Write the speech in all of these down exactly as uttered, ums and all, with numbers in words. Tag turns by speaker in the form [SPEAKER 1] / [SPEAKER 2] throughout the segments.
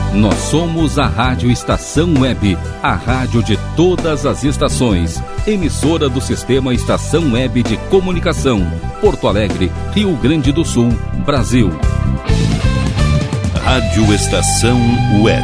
[SPEAKER 1] Nós somos a Rádio Estação Web, a rádio de todas as estações. Emissora do Sistema Estação Web de Comunicação. Porto Alegre, Rio Grande do Sul, Brasil.
[SPEAKER 2] Rádio Estação Web.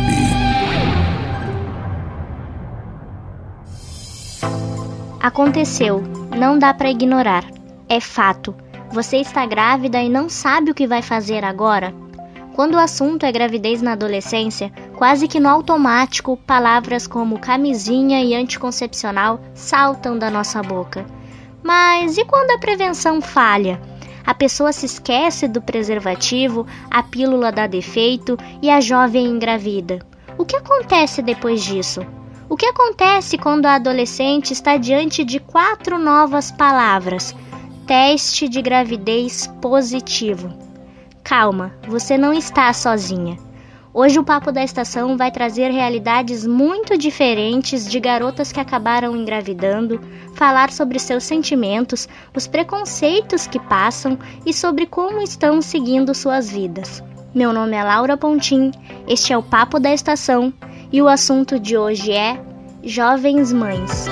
[SPEAKER 3] Aconteceu, não dá para ignorar. É fato. Você está grávida e não sabe o que vai fazer agora? Quando o assunto é gravidez na adolescência, quase que no automático, palavras como camisinha e anticoncepcional saltam da nossa boca. Mas e quando a prevenção falha? A pessoa se esquece do preservativo, a pílula dá defeito e a jovem engravida. O que acontece depois disso? O que acontece quando a adolescente está diante de quatro novas palavras? Teste de gravidez positivo. Calma, você não está sozinha. Hoje o Papo da Estação vai trazer realidades muito diferentes de garotas que acabaram engravidando, falar sobre seus sentimentos, os preconceitos que passam e sobre como estão seguindo suas vidas. Meu nome é Laura Pontim, este é o Papo da Estação e o assunto de hoje é Jovens Mães.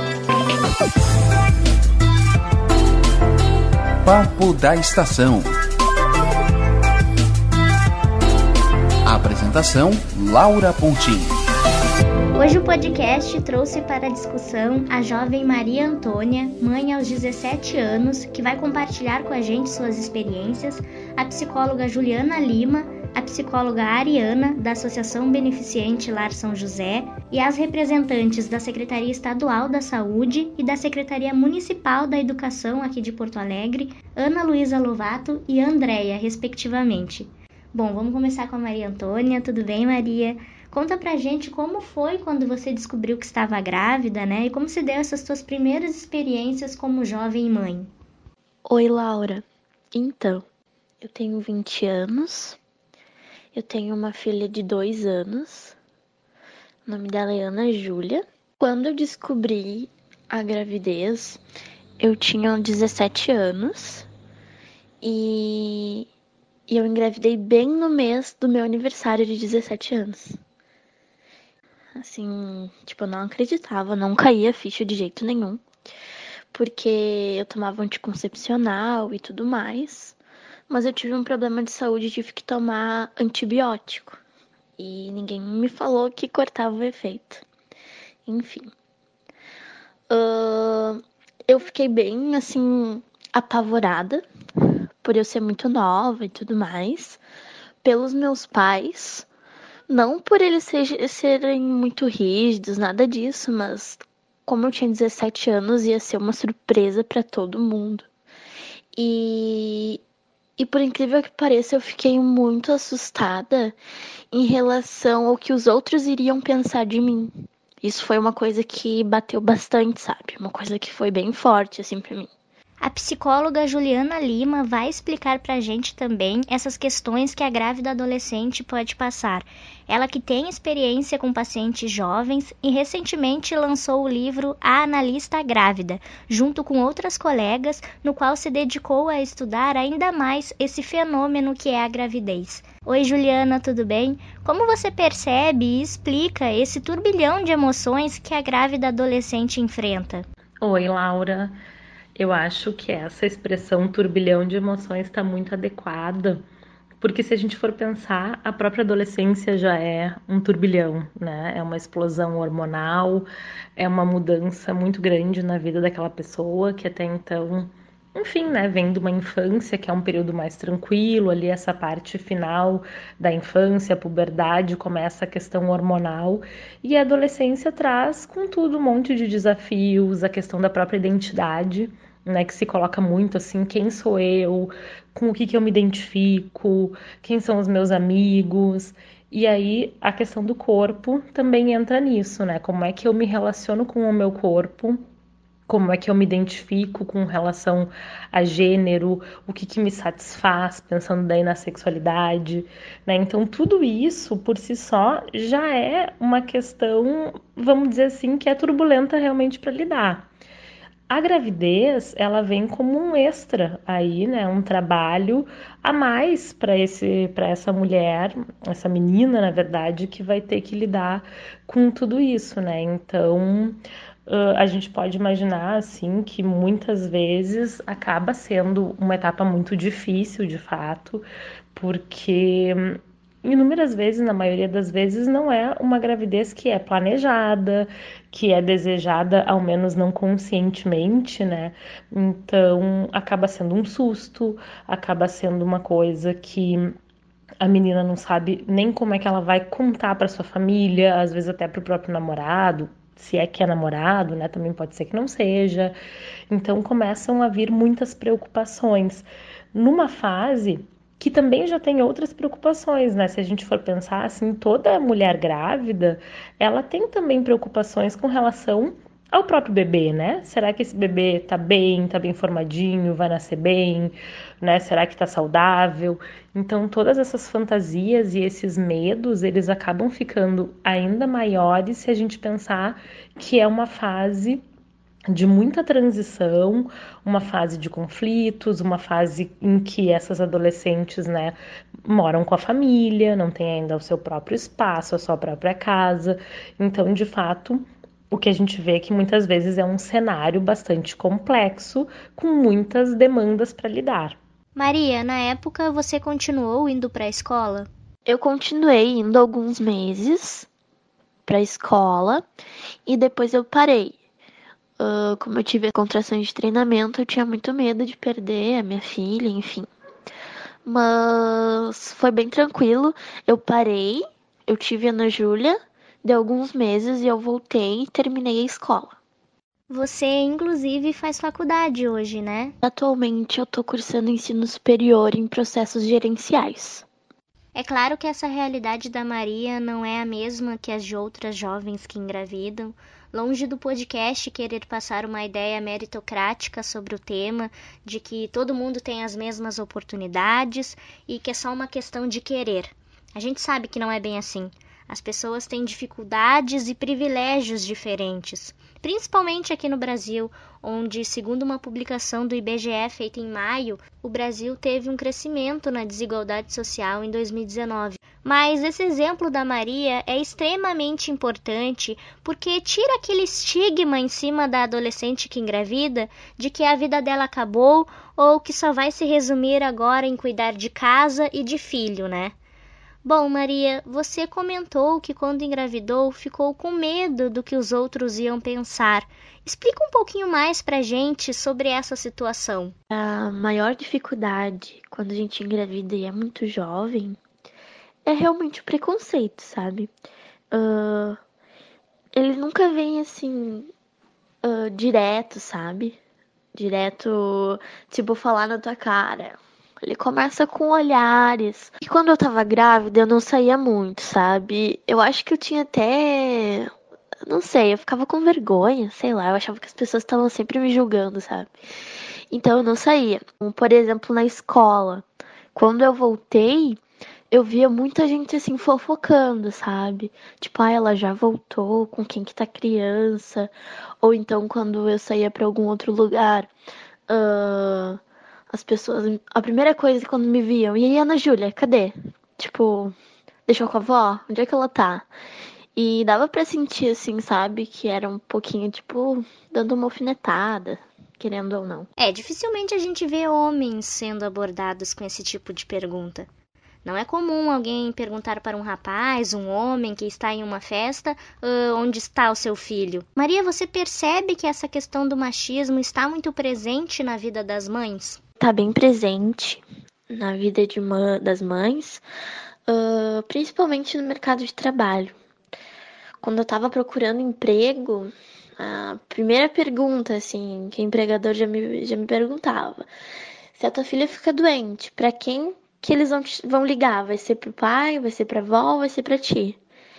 [SPEAKER 2] Papo da Estação. Apresentação, Laura Pontim.
[SPEAKER 3] Hoje o podcast trouxe para a discussão a jovem Maria Antônia, mãe aos dezessete anos, que vai compartilhar com a gente suas experiências, a psicóloga Juliana Lima, a psicóloga Ariana, da Associação Beneficente Lar São José, e as representantes da Secretaria Estadual da Saúde e da Secretaria Municipal da Educação aqui de Porto Alegre, Ana Luísa Lovato e Andréia, respectivamente. Bom, vamos começar com a Maria Antônia. Tudo bem, Maria? Conta pra gente como foi quando você descobriu que estava grávida, né? E como se deu essas suas primeiras experiências como jovem mãe.
[SPEAKER 4] Oi, Laura. Então, eu tenho vinte anos. Eu tenho uma filha de dois anos. O nome dela é Ana Júlia. Quando eu descobri a gravidez, eu tinha dezessete anos. E... E eu engravidei bem no mês do meu aniversário de dezessete anos. Assim, tipo, eu não acreditava, não caía a ficha de jeito nenhum. Porque eu tomava anticoncepcional e tudo mais. Mas eu tive um problema de saúde e tive que tomar antibiótico. E ninguém me falou que cortava o efeito. Enfim. Uh, eu fiquei bem, assim, apavorada. Por eu ser muito nova e tudo mais, pelos meus pais, não por eles ser, serem muito rígidos, nada disso, mas como eu tinha dezessete anos, ia ser uma surpresa para todo mundo. E, e por incrível que pareça, eu fiquei muito assustada em relação ao que os outros iriam pensar de mim. Isso foi uma coisa que bateu bastante, sabe? Uma coisa que foi bem forte, assim, pra mim.
[SPEAKER 3] A psicóloga Juliana Lima vai explicar pra gente também essas questões que a grávida adolescente pode passar. Ela que tem experiência com pacientes jovens e recentemente lançou o livro A Analista Grávida, junto com outras colegas, no qual se dedicou a estudar ainda mais esse fenômeno que é a gravidez. Oi, Juliana, tudo bem? Como você percebe e explica esse turbilhão de emoções que a grávida adolescente enfrenta?
[SPEAKER 5] Oi, Laura. Eu acho que essa expressão turbilhão de emoções está muito adequada, porque se a gente for pensar, a própria adolescência já é um turbilhão, né? É uma explosão hormonal, é uma mudança muito grande na vida daquela pessoa que até então, enfim, né, vem de uma infância que é um período mais tranquilo, ali essa parte final da infância, a puberdade, começa a questão hormonal, e a adolescência traz com tudo um monte de desafios, a questão da própria identidade, né, que se coloca muito assim, quem sou eu, com o que, que eu me identifico, quem são os meus amigos, e aí a questão do corpo também entra nisso, né, como é que eu me relaciono com o meu corpo, como é que eu me identifico com relação a gênero, o que, que me satisfaz, pensando daí na sexualidade, né? Então tudo isso por si só já é uma questão, vamos dizer assim, que é turbulenta realmente para lidar. A gravidez, ela vem como um extra aí, né? Um trabalho a mais para esse, para essa mulher, essa menina, na verdade, que vai ter que lidar com tudo isso, né? Então, uh, a gente pode imaginar, assim, que muitas vezes acaba sendo uma etapa muito difícil, de fato, porque inúmeras vezes, na maioria das vezes, não é uma gravidez que é planejada, que é desejada, ao menos não conscientemente, né? Então, acaba sendo um susto, acaba sendo uma coisa que a menina não sabe nem como é que ela vai contar para sua família, às vezes até para o próprio namorado, se é que é namorado, né? Também pode ser que não seja. Então, começam a vir muitas preocupações. Numa fase que também já tem outras preocupações, né? Se a gente for pensar assim, toda mulher grávida, ela tem também preocupações com relação ao próprio bebê, né? Será que esse bebê tá bem, tá bem formadinho, vai nascer bem, né? Será que tá saudável? Então, todas essas fantasias e esses medos, eles acabam ficando ainda maiores se a gente pensar que é uma fase de muita transição, uma fase de conflitos, uma fase em que essas adolescentes, né, moram com a família, não tem ainda o seu próprio espaço, a sua própria casa. Então, de fato, o que a gente vê é que muitas vezes é um cenário bastante complexo, com muitas demandas para lidar.
[SPEAKER 3] Maria, na época você continuou indo para a escola?
[SPEAKER 4] Eu continuei indo alguns meses para a escola e depois eu parei. Uh, como eu tive contrações de treinamento, eu tinha muito medo de perder a minha filha, enfim. Mas foi bem tranquilo. Eu parei, eu tive a Ana Júlia, deu alguns meses e eu voltei e terminei a escola.
[SPEAKER 3] Você, inclusive, faz faculdade hoje, né?
[SPEAKER 4] Atualmente eu tô cursando ensino superior em processos gerenciais.
[SPEAKER 3] É claro que essa realidade da Maria não é a mesma que as de outras jovens que engravidam. Longe do podcast querer passar uma ideia meritocrática sobre o tema, de que todo mundo tem as mesmas oportunidades e que é só uma questão de querer. A gente sabe que não é bem assim. As pessoas têm dificuldades e privilégios diferentes, principalmente aqui no Brasil, onde, segundo uma publicação do I B G E feita em maio, o Brasil teve um crescimento na desigualdade social em dois mil e dezenove. Mas esse exemplo da Maria é extremamente importante porque tira aquele estigma em cima da adolescente que engravida de que a vida dela acabou ou que só vai se resumir agora em cuidar de casa e de filho, né? Bom, Maria, você comentou que quando engravidou ficou com medo do que os outros iam pensar. Explica um pouquinho mais pra gente sobre essa situação.
[SPEAKER 4] A maior dificuldade quando a gente engravida e é muito jovem é realmente o preconceito, sabe? Uh, ele nunca vem assim, uh, direto, sabe? Direto, tipo, falar na tua cara. Ele começa com olhares. E quando eu tava grávida, eu não saía muito, sabe? Eu acho que eu tinha até... Não sei, eu ficava com vergonha, sei lá. Eu achava que as pessoas estavam sempre me julgando, sabe? Então eu não saía. Por exemplo, na escola. Quando eu voltei, eu via muita gente assim fofocando, sabe? Tipo, ah, ela já voltou, com quem que tá criança? Ou então quando eu saía pra algum outro lugar... Uh... As pessoas, a primeira coisa quando me viam, e aí, Ana Júlia, cadê? Tipo, deixou com a avó? Onde é que ela tá? E dava pra sentir, assim, sabe? Que era um pouquinho, tipo, dando uma alfinetada, querendo ou não.
[SPEAKER 3] É, dificilmente a gente vê homens sendo abordados com esse tipo de pergunta. Não é comum alguém perguntar para um rapaz, um homem que está em uma festa, uh, onde está o seu filho. Maria, você percebe que essa questão do machismo está muito presente na vida das mães?
[SPEAKER 4] Tá bem presente na vida de uma, das mães, uh, principalmente no mercado de trabalho. Quando eu tava procurando emprego, a primeira pergunta, assim, que o empregador já me, já me perguntava, se a tua filha fica doente, pra quem que eles vão, vão ligar? Vai ser pro pai, vai ser pra avó, vai ser pra ti?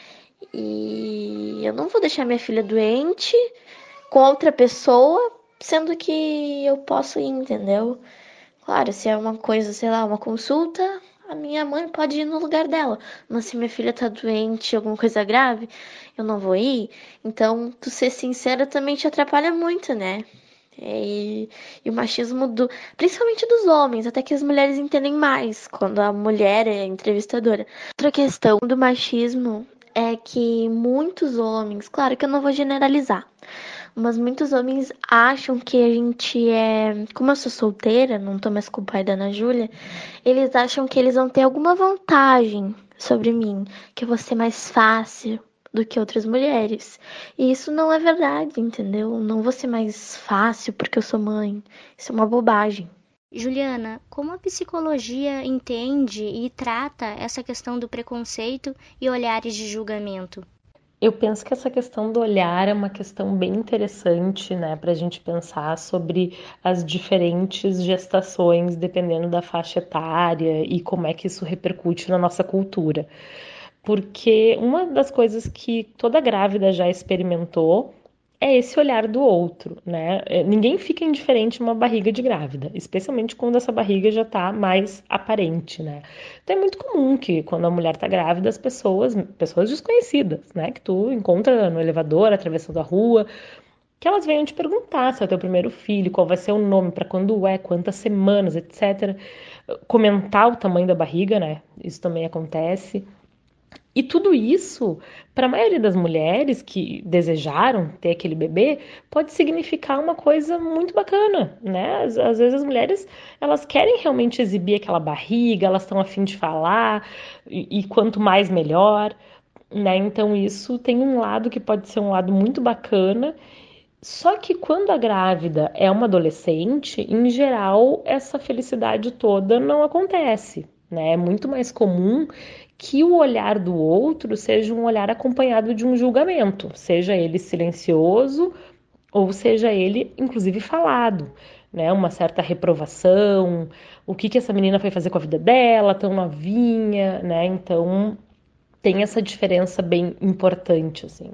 [SPEAKER 4] E eu não vou deixar minha filha doente com outra pessoa, sendo que eu posso ir, entendeu? Claro, se é uma coisa, sei lá, uma consulta, a minha mãe pode ir no lugar dela. Mas se minha filha tá doente, alguma coisa grave, eu não vou ir. Então, tu ser sincera também te atrapalha muito, né? E, e o machismo, do, principalmente dos homens, até que as mulheres entendem mais quando a mulher é entrevistadora. Outra questão do machismo é que muitos homens, claro que eu não vou generalizar, mas muitos homens acham que a gente é... Como eu sou solteira, não tô mais com o pai da Ana Júlia, eles acham que eles vão ter alguma vantagem sobre mim, que eu vou ser mais fácil do que outras mulheres. E isso não é verdade, entendeu? Não vou ser mais fácil porque eu sou mãe. Isso é uma bobagem.
[SPEAKER 3] Juliana, como a psicologia entende e trata essa questão do preconceito e olhares de julgamento?
[SPEAKER 5] Eu penso que essa questão do olhar é uma questão bem interessante, né, para a gente pensar sobre as diferentes gestações, dependendo da faixa etária e como é que isso repercute na nossa cultura. Porque uma das coisas que toda grávida já experimentou é esse olhar do outro, né? Ninguém fica indiferente numa barriga de grávida, especialmente quando essa barriga já tá mais aparente, né? Então é muito comum que quando a mulher tá grávida, as pessoas, pessoas desconhecidas, né, que tu encontra no elevador, atravessando a rua, que elas venham te perguntar se é o teu primeiro filho, qual vai ser o nome, para quando é, quantas semanas, etcétera. Comentar o tamanho da barriga, né? Isso também acontece. E tudo isso, para a maioria das mulheres que desejaram ter aquele bebê, pode significar uma coisa muito bacana, né? Às, às vezes as mulheres, elas querem realmente exibir aquela barriga, elas estão a fim de falar, e, e quanto mais melhor, né? Então isso tem um lado que pode ser um lado muito bacana. Só que quando a grávida é uma adolescente, em geral, essa felicidade toda não acontece, né? É muito mais comum que o olhar do outro seja um olhar acompanhado de um julgamento, seja ele silencioso ou seja ele, inclusive, falado, né? Uma certa reprovação, o que que essa menina foi fazer com a vida dela, tão novinha, né? Então, tem essa diferença bem importante, assim.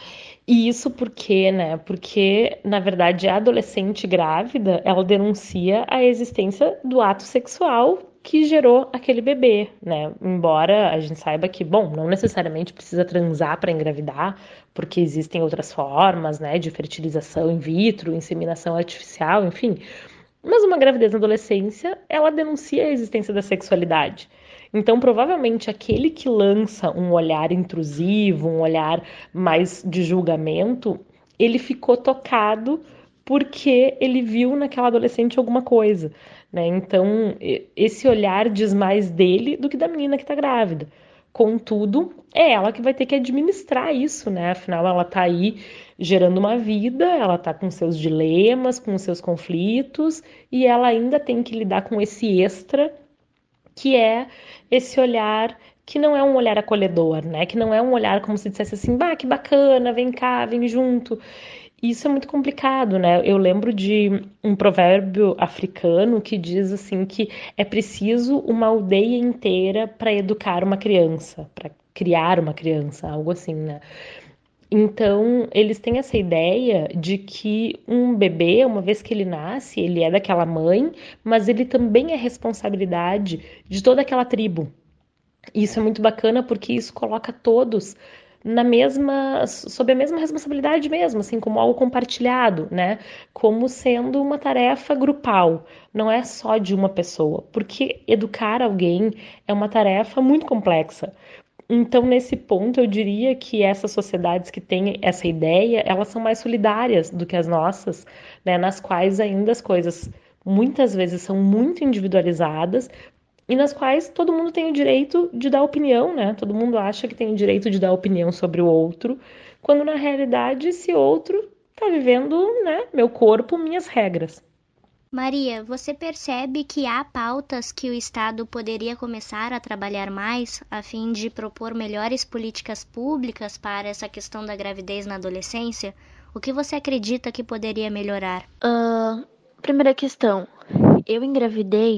[SPEAKER 5] E isso por quê, né? Porque, na verdade, a adolescente grávida, ela denuncia a existência do ato sexual que gerou aquele bebê, né? Embora a gente saiba que, bom, não necessariamente precisa transar para engravidar, porque existem outras formas, né, de fertilização in vitro, inseminação artificial, enfim. Mas uma gravidez na adolescência, ela denuncia a existência da sexualidade. Então, provavelmente, aquele que lança um olhar intrusivo, um olhar mais de julgamento, ele ficou tocado porque ele viu naquela adolescente alguma coisa, né? Então, esse olhar diz mais dele do que da menina que está grávida. Contudo, é ela que vai ter que administrar isso, né? Afinal, ela está aí gerando uma vida, ela está com seus dilemas, com seus conflitos, e ela ainda tem que lidar com esse extra, que é esse olhar que não é um olhar acolhedor, né? Que não é um olhar como se dissesse assim, bah, que bacana, vem cá, vem junto. Isso é muito complicado, né? Eu lembro de um provérbio africano que diz assim que é preciso uma aldeia inteira para educar uma criança, para criar uma criança, algo assim, né? Então, eles têm essa ideia de que um bebê, uma vez que ele nasce, ele é daquela mãe, mas ele também é responsabilidade de toda aquela tribo. E isso é muito bacana porque isso coloca todos na mesma, sob a mesma responsabilidade mesmo, assim, como algo compartilhado, né? Como sendo uma tarefa grupal, não é só de uma pessoa, porque educar alguém é uma tarefa muito complexa. Então, nesse ponto, eu diria que essas sociedades que têm essa ideia, elas são mais solidárias do que as nossas, né? Nas quais ainda as coisas muitas vezes são muito individualizadas, e nas quais todo mundo tem o direito de dar opinião, né? Todo mundo acha que tem o direito de dar opinião sobre o outro, quando na realidade esse outro está vivendo, né, meu corpo, minhas regras.
[SPEAKER 3] Maria, você percebe que há pautas que o Estado poderia começar a trabalhar mais a fim de propor melhores políticas públicas para essa questão da gravidez na adolescência? O que você acredita que poderia melhorar?
[SPEAKER 4] Uh, primeira questão, eu engravidei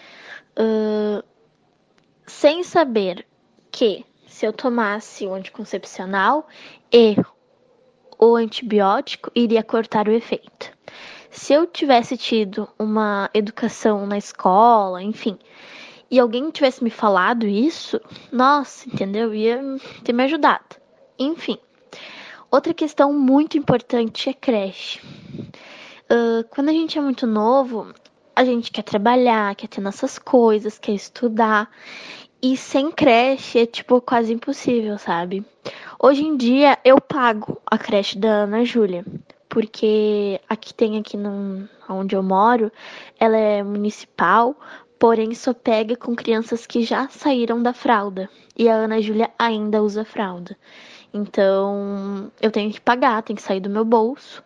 [SPEAKER 4] Uh, sem saber que se eu tomasse o anticoncepcional e o antibiótico iria cortar o efeito. Se eu tivesse tido uma educação na escola, enfim, e alguém tivesse me falado isso, nossa, entendeu? Ia ter me ajudado. Enfim, outra questão muito importante é creche. Uh, quando a gente é muito novo, a gente quer trabalhar, quer ter nossas coisas, quer estudar. E sem creche é, tipo, quase impossível, sabe? Hoje em dia, eu pago a creche da Ana Júlia. Porque aqui tem aqui no, onde eu moro, ela é municipal, porém só pega com crianças que já saíram da fralda. E a Ana Júlia ainda usa fralda. Então, eu tenho que pagar, tem que sair do meu bolso.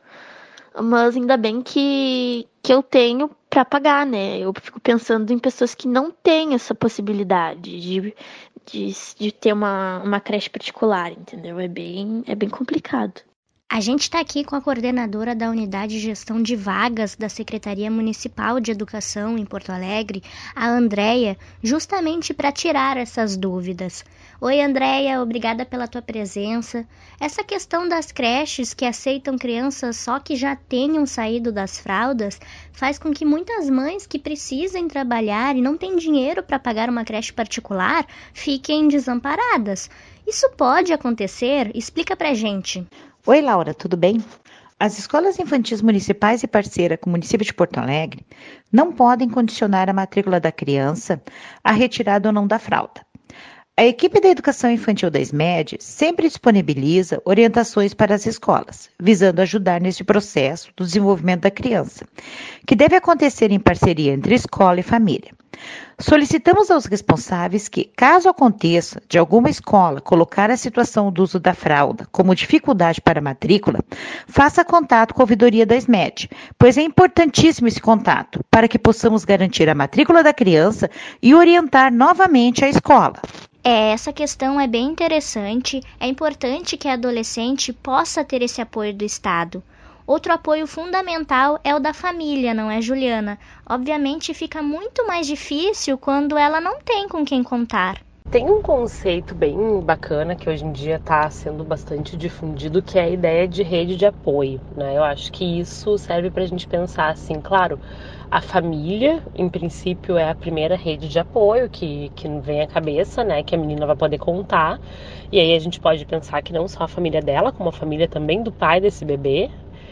[SPEAKER 4] Mas ainda bem que, que eu tenho para pagar, né? Eu fico pensando em pessoas que não têm essa possibilidade de, de, de ter uma, uma creche particular, entendeu? É bem, é bem complicado.
[SPEAKER 3] A gente está aqui com a coordenadora da Unidade de Gestão de Vagas da Secretaria Municipal de Educação em Porto Alegre, a Andréia, justamente para tirar essas dúvidas. Oi, Andréia, obrigada pela tua presença. Essa questão das creches que aceitam crianças só que já tenham saído das fraldas faz com que muitas mães que precisem trabalhar e não têm dinheiro para pagar uma creche particular fiquem desamparadas. Isso pode acontecer? Explica pra gente.
[SPEAKER 6] Oi, Laura, tudo bem? As escolas infantis municipais e parceira com o município de Porto Alegre não podem condicionar a matrícula da criança à retirada ou não da fralda. A equipe da Educação Infantil da SMED sempre disponibiliza orientações para as escolas, visando ajudar neste processo do desenvolvimento da criança, que deve acontecer em parceria entre escola e família. Solicitamos aos responsáveis que, caso aconteça de alguma escola colocar a situação do uso da fralda como dificuldade para a matrícula, faça contato com a ouvidoria da SMED, pois é importantíssimo esse contato para que possamos garantir a matrícula da criança e orientar novamente a escola.
[SPEAKER 3] É, essa questão é bem interessante. É importante que a adolescente possa ter esse apoio do Estado. Outro apoio fundamental é o da família, não é, Juliana? Obviamente fica muito mais difícil quando ela não tem com quem contar.
[SPEAKER 5] Tem um conceito bem bacana que hoje em dia está sendo bastante difundido, que é a ideia de rede de apoio, né? Eu acho que isso serve para a gente pensar assim, claro, a família, em princípio, é a primeira rede de apoio que, que vem à cabeça, né? Que a menina vai poder contar. E aí a gente pode pensar que não só a família dela, como a família também do pai desse bebê,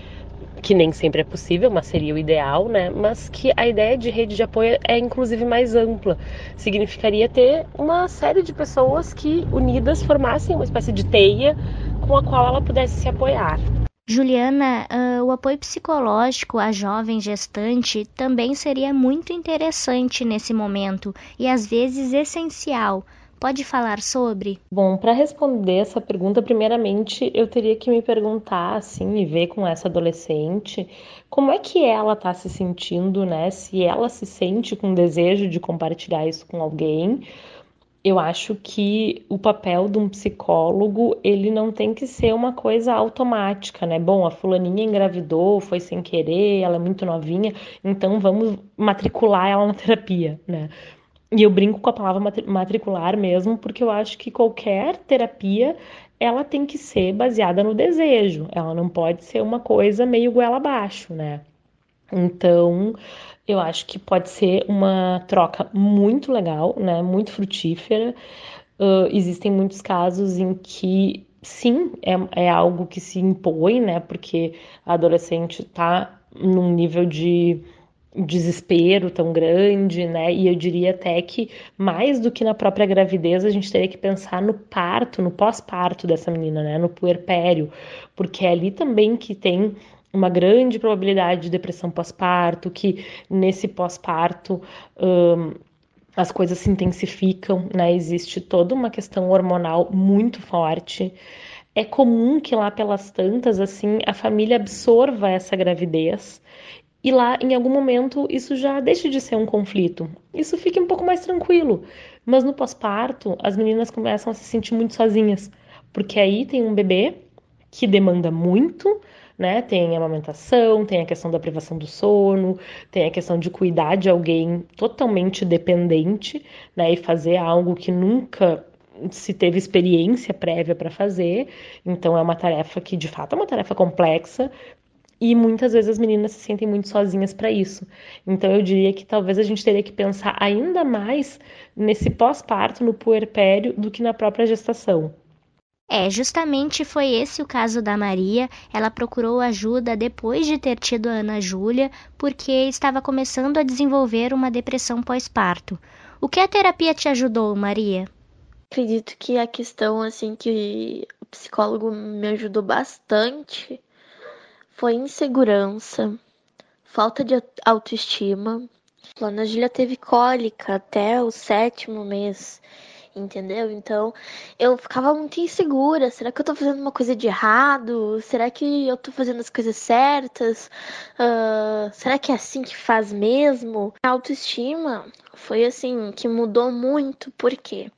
[SPEAKER 5] que nem sempre é possível, mas seria o ideal, né? Mas que a ideia de rede de apoio é inclusive mais ampla. Significaria ter uma série de pessoas que unidas formassem uma espécie de teia com a qual ela pudesse se apoiar.
[SPEAKER 3] Juliana, uh, o apoio psicológico à jovem gestante também seria muito interessante nesse momento e às vezes essencial. Pode falar sobre?
[SPEAKER 5] Bom, para responder essa pergunta, primeiramente eu teria que me perguntar, assim, e ver com essa adolescente, como é que ela está se sentindo, né? Se ela se sente com desejo de compartilhar isso com alguém. Eu acho que o papel de um psicólogo, ele não tem que ser uma coisa automática, né? Bom, a fulaninha engravidou, foi sem querer, ela é muito novinha, então vamos matricular ela na terapia, né? E eu brinco com a palavra matricular mesmo, porque eu acho que qualquer terapia, ela tem que ser baseada no desejo. Ela não pode ser uma coisa meio goela abaixo, né? Então, eu acho que pode ser uma troca muito legal, né? Muito frutífera. Uh, existem muitos casos em que, sim, é, é algo que se impõe, né? Porque a adolescente está num nível de desespero tão grande, né? E eu diria até que mais do que na própria gravidez, a gente teria que pensar no parto, no pós-parto dessa menina, né? No puerpério, porque é ali também que tem uma grande probabilidade de depressão pós-parto, que nesse pós-parto hum, as coisas se intensificam, né? Existe toda uma questão hormonal muito forte. É comum que lá pelas tantas, assim, a família absorva essa gravidez e lá, em algum momento, isso já deixa de ser um conflito. Isso fica um pouco mais tranquilo. Mas no pós-parto, as meninas começam a se sentir muito sozinhas. Porque aí tem um bebê que demanda muito, né? Tem a amamentação, tem a questão da privação do sono, tem a questão de cuidar de alguém totalmente dependente, né? E fazer algo que nunca se teve experiência prévia para fazer. Então, é uma tarefa que, de fato, é uma tarefa complexa. E muitas vezes as meninas se sentem muito sozinhas para isso. Então eu diria que talvez a gente teria que pensar ainda mais nesse pós-parto, no puerpério, do que na própria gestação.
[SPEAKER 3] É, justamente foi esse o caso da Maria. Ela procurou ajuda depois de ter tido a Ana Júlia, porque estava começando a desenvolver uma depressão pós-parto. O que a terapia te ajudou, Maria?
[SPEAKER 4] Acredito que a questão assim que o psicólogo me ajudou bastante foi insegurança, falta de autoestima. A Ana Júlia teve cólica até o sétimo mês, entendeu? Então eu ficava muito insegura. Será que eu tô fazendo uma coisa de errado? Será que eu tô fazendo as coisas certas? Uh, será que é assim que faz mesmo? A autoestima foi assim que mudou muito, por quê?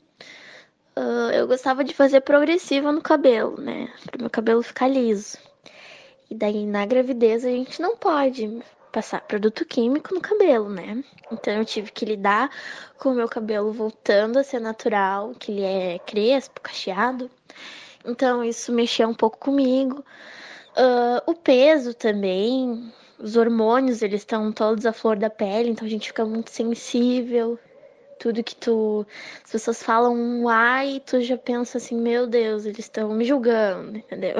[SPEAKER 4] Uh, eu gostava de fazer progressiva no cabelo, né? Para meu cabelo ficar liso. E daí na gravidez a gente não pode passar produto químico no cabelo, né? Então eu tive que lidar com o meu cabelo voltando a ser natural, que ele é crespo, cacheado. Então isso mexeu um pouco comigo. Uh, o peso também, os hormônios, eles estão todos à flor da pele, então a gente fica muito sensível. Tudo que tu... As pessoas falam um ai, tu já pensa assim, meu Deus, eles estão me julgando, entendeu?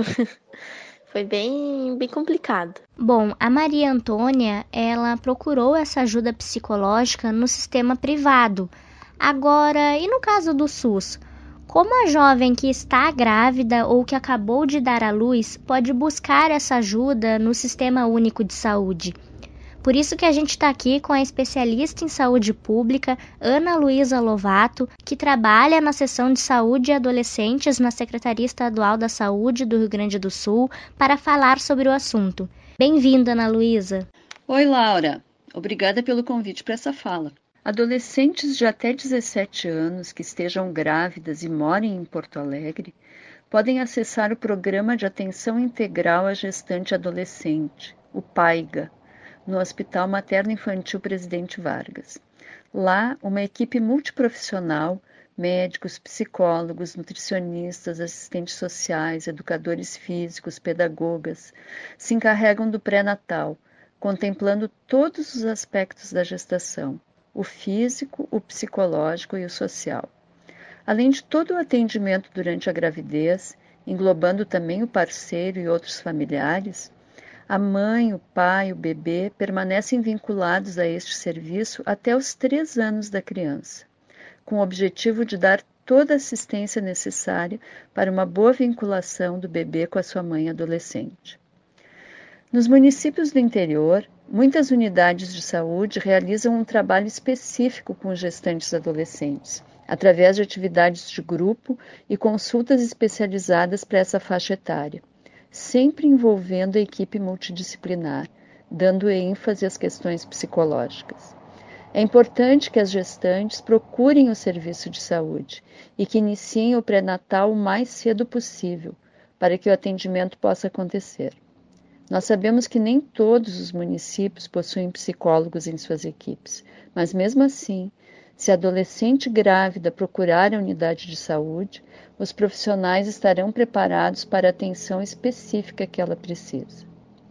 [SPEAKER 4] Foi bem, bem complicado.
[SPEAKER 3] Bom, a Maria Antônia, ela procurou essa ajuda psicológica no sistema privado. Agora, e no caso do SUS? Como a jovem que está grávida ou que acabou de dar à luz pode buscar essa ajuda no Sistema Único de Saúde? Por isso que a gente está aqui com a especialista em saúde pública, Ana Luísa Lovato, que trabalha na seção de saúde e adolescentes na Secretaria Estadual da Saúde do Rio Grande do Sul, para falar sobre o assunto. Bem-vinda, Ana Luísa.
[SPEAKER 7] Oi, Laura. Obrigada pelo convite para essa fala. Adolescentes de até dezessete anos que estejam grávidas e morem em Porto Alegre podem acessar o Programa de Atenção Integral à Gestante Adolescente, o PAIGA, no Hospital Materno Infantil Presidente Vargas. Lá, uma equipe multiprofissional, médicos, psicólogos, nutricionistas, assistentes sociais, educadores físicos, pedagogas, se encarregam do pré-natal, contemplando todos os aspectos da gestação, o físico, o psicológico e o social. Além de todo o atendimento durante a gravidez, englobando também o parceiro e outros familiares, a mãe, o pai, o bebê permanecem vinculados a este serviço até os três anos da criança, com o objetivo de dar toda a assistência necessária para uma boa vinculação do bebê com a sua mãe adolescente. Nos municípios do interior, muitas unidades de saúde realizam um trabalho específico com gestantes adolescentes, através de atividades de grupo e consultas especializadas para essa faixa etária, sempre envolvendo a equipe multidisciplinar, dando ênfase às questões psicológicas. É importante que as gestantes procurem o serviço de saúde e que iniciem o pré-natal o mais cedo possível, para que o atendimento possa acontecer. Nós sabemos que nem todos os municípios possuem psicólogos em suas equipes, mas mesmo assim, se a adolescente grávida procurar a unidade de saúde, os profissionais estarão preparados para a atenção específica que ela precisa.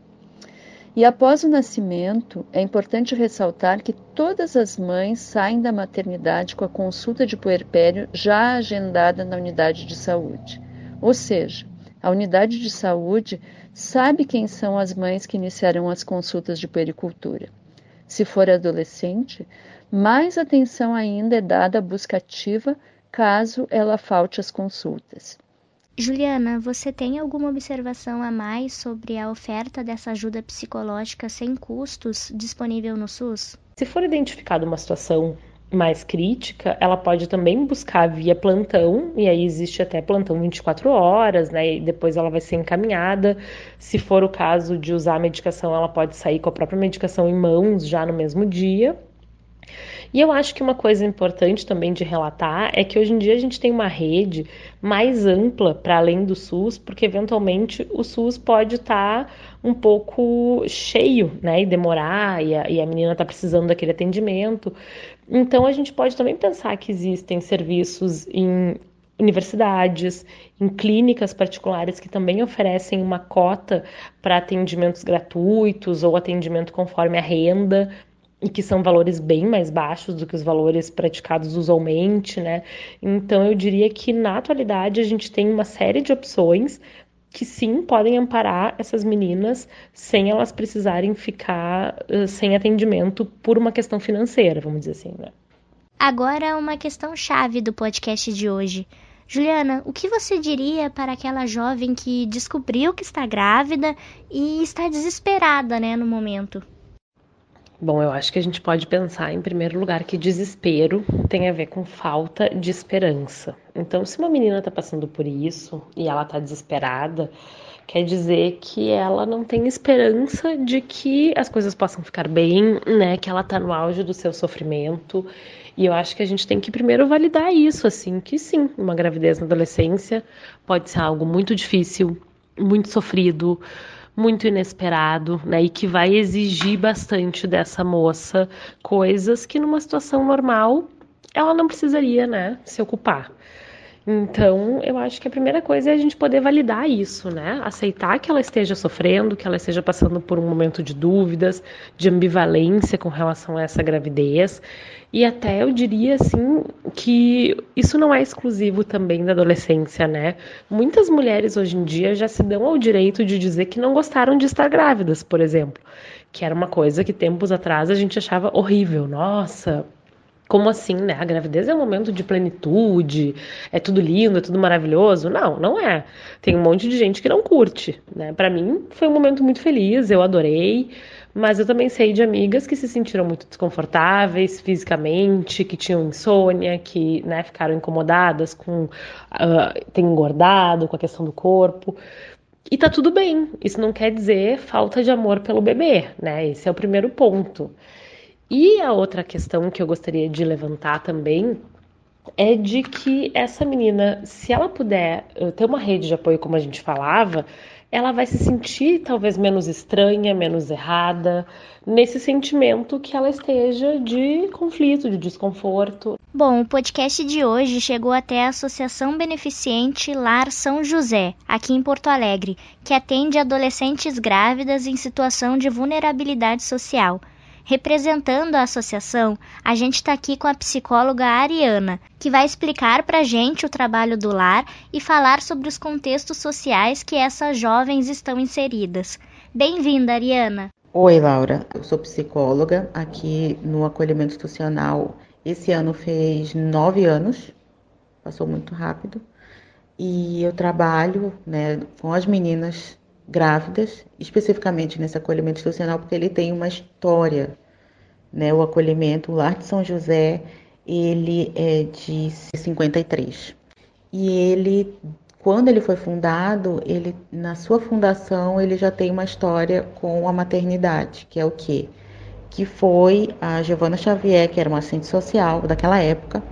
[SPEAKER 7] E após o nascimento, é importante ressaltar que todas as mães saem da maternidade com a consulta de puerpério já agendada na unidade de saúde. Ou seja, a unidade de saúde sabe quem são as mães que iniciarão as consultas de puericultura. Se for adolescente, mais atenção ainda é dada à busca ativa caso ela falte às consultas.
[SPEAKER 3] Juliana, você tem alguma observação a mais sobre a oferta dessa ajuda psicológica sem custos disponível no SUS?
[SPEAKER 5] Se for identificada uma situação mais crítica, ela pode também buscar via plantão, e aí existe até plantão vinte e quatro horas, né, e depois ela vai ser encaminhada. Se for o caso de usar a medicação, ela pode sair com a própria medicação em mãos já no mesmo dia. E eu acho que uma coisa importante também de relatar é que hoje em dia a gente tem uma rede mais ampla para além do SUS, porque eventualmente o SUS pode estar tá um pouco cheio, né, e demorar, e a, e a menina está precisando daquele atendimento. Então a gente pode também pensar que existem serviços em universidades, em clínicas particulares que também oferecem uma cota para atendimentos gratuitos ou atendimento conforme a renda. e que são valores bem mais baixos do que os valores praticados usualmente, né? Então eu diria que na atualidade a gente tem uma série de opções que sim podem amparar essas meninas sem elas precisarem ficar uh, sem atendimento por uma questão financeira, vamos dizer assim, né?
[SPEAKER 3] Agora uma questão chave do podcast de hoje. Juliana, o que você diria para aquela jovem que descobriu que está grávida e está desesperada, né, no momento?
[SPEAKER 5] Bom, eu acho que a gente pode pensar, em primeiro lugar, que desespero tem a ver com falta de esperança. Então, se uma menina está passando por isso e ela está desesperada, quer dizer que ela não tem esperança de que as coisas possam ficar bem, né? Que ela está no auge do seu sofrimento. E eu acho que a gente tem que primeiro validar isso, assim, que sim, uma gravidez na adolescência pode ser algo muito difícil, muito sofrido, muito inesperado, né, e que vai exigir bastante dessa moça coisas que numa situação normal ela não precisaria, né, se ocupar. Então, eu acho que a primeira coisa é a gente poder validar isso, né? Aceitar que ela esteja sofrendo, que ela esteja passando por um momento de dúvidas, de ambivalência com relação a essa gravidez. E até eu diria, assim, que isso não é exclusivo também da adolescência, né? Muitas mulheres hoje em dia já se dão ao direito de dizer que não gostaram de estar grávidas, por exemplo. Que era uma coisa que tempos atrás a gente achava horrível. Nossa, como assim, né? A gravidez é um momento de plenitude, é tudo lindo, é tudo maravilhoso. Não, não é. Tem um monte de gente que não curte, né? Pra mim foi um momento muito feliz, eu adorei, mas eu também sei de amigas que se sentiram muito desconfortáveis fisicamente, que tinham insônia, que, né, ficaram incomodadas com uh, ter engordado, com a questão do corpo. E tá tudo bem. Isso não quer dizer falta de amor pelo bebê, né? Esse é o primeiro ponto. E a outra questão que eu gostaria de levantar também é de que essa menina, se ela puder ter uma rede de apoio, como a gente falava, ela vai se sentir talvez menos estranha, menos errada, nesse sentimento que ela esteja de conflito, de desconforto.
[SPEAKER 3] Bom, o podcast de hoje chegou até a Associação Beneficente Lar São José, aqui em Porto Alegre, que atende adolescentes grávidas em situação de vulnerabilidade social. Representando a associação, a gente está aqui com a psicóloga Ariana, que vai explicar para a gente o trabalho do lar e falar sobre os contextos sociais que essas jovens estão inseridas. Bem-vinda, Ariana!
[SPEAKER 8] Oi, Laura. Eu sou psicóloga aqui no acolhimento institucional. Esse ano fez nove anos, passou muito rápido. E eu trabalho, né, com as meninas grávidas, especificamente nesse acolhimento institucional, porque ele tem uma história, né? O acolhimento, o Lar de São José, ele é de cinquenta e três. E ele, quando ele foi fundado, ele, na sua fundação, ele já tem uma história com a maternidade, que é o quê? Que foi a Giovana Xavier, que era uma assistente social daquela época,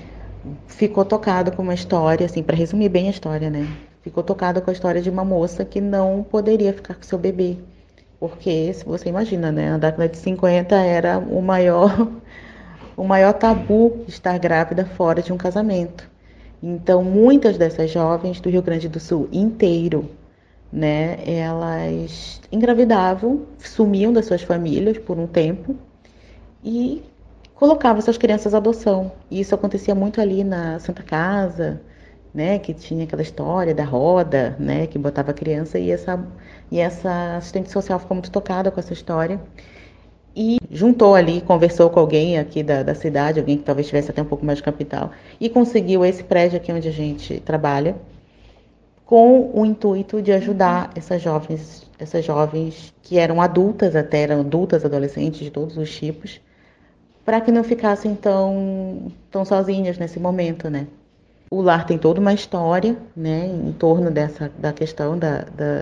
[SPEAKER 8] ficou tocado com uma história, assim, para resumir bem a história, né? Ficou tocada com a história de uma moça que não poderia ficar com seu bebê. Porque, se você imagina, né, na década de cinquenta era o maior, o maior tabu estar grávida fora de um casamento. Então, muitas dessas jovens do Rio Grande do Sul inteiro, né, elas engravidavam, sumiam das suas famílias por um tempo e colocavam suas crianças à adoção. E isso acontecia muito ali na Santa Casa, né, que tinha aquela história da roda, né, que botava a criança, e essa, e essa assistente social ficou muito tocada com essa história e juntou ali, conversou com alguém aqui da, da cidade, alguém que talvez tivesse até um pouco mais de capital, e conseguiu esse prédio aqui onde a gente trabalha, com o intuito de ajudar essas jovens, essas jovens que eram adultas, até eram adultas, adolescentes de todos os tipos, para que não ficassem tão, tão sozinhas nesse momento, né. O lar tem toda uma história, né, em torno dessa, da questão da, da,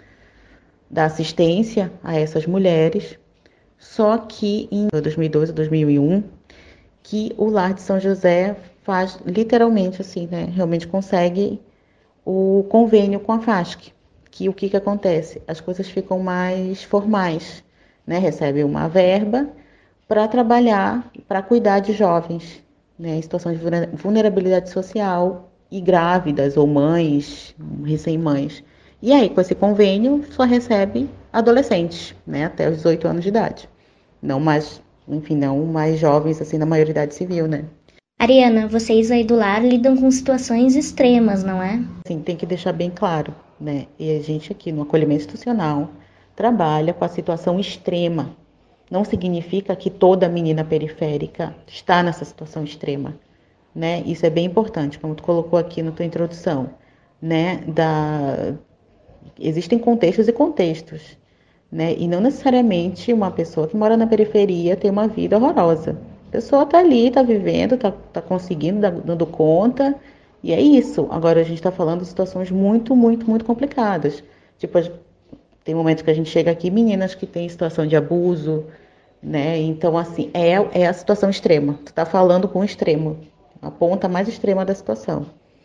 [SPEAKER 8] da assistência a essas mulheres, só que em dois mil e doze, dois mil e um, que o Lar de São José faz literalmente assim, né, realmente consegue o convênio com a FASC, que o que, que acontece? As coisas ficam mais formais, né, recebe uma verba para trabalhar, para cuidar de jovens, né, em situação de vulnerabilidade social e grávidas ou mães, recém-mães. E aí, com esse convênio, só recebe adolescentes, né, até os dezoito anos de idade. Não mais enfim, não mais jovens, assim, na maioridade civil, né?
[SPEAKER 3] Ariana, vocês aí do lar lidam com situações extremas, não é?
[SPEAKER 8] Sim, tem que deixar bem claro, né? E a gente aqui no acolhimento institucional trabalha com a situação extrema. Não significa que toda menina periférica está nessa situação extrema, né? Isso é bem importante, como tu colocou aqui na tua introdução, né? Da... Existem contextos e contextos, né? E não necessariamente uma pessoa que mora na periferia tem uma vida horrorosa. A pessoa tá ali, tá vivendo, tá, tá conseguindo, dando conta, e é isso. Agora a gente tá falando de situações muito, muito, muito complicadas. Tipo, tem momentos que a gente chega aqui, meninas que têm situação de abuso, né? Então, assim, é, é a situação extrema. Tu tá falando com o extremo, a ponta mais extrema da situação.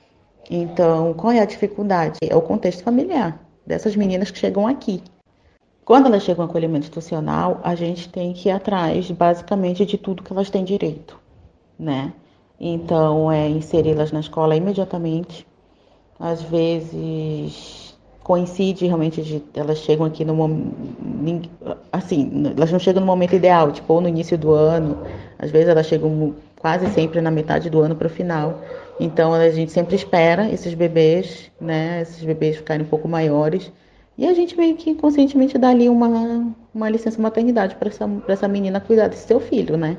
[SPEAKER 8] Então, qual é a dificuldade? É o contexto familiar dessas meninas que chegam aqui. Quando elas chegam ao acolhimento institucional, a gente tem que ir atrás, basicamente, de tudo que elas têm direito, né? Então, é inseri-las na escola imediatamente. Às vezes, coincide realmente de elas chegam aqui no momento... Assim, elas não chegam no momento ideal, tipo, ou no início do ano. Às vezes, elas chegam quase sempre na metade do ano para o final. Então, a gente sempre espera esses bebês, né? Esses bebês ficarem um pouco maiores. E a gente meio que inconscientemente dá ali uma, uma licença maternidade para essa, para essa menina cuidar desse seu filho, né?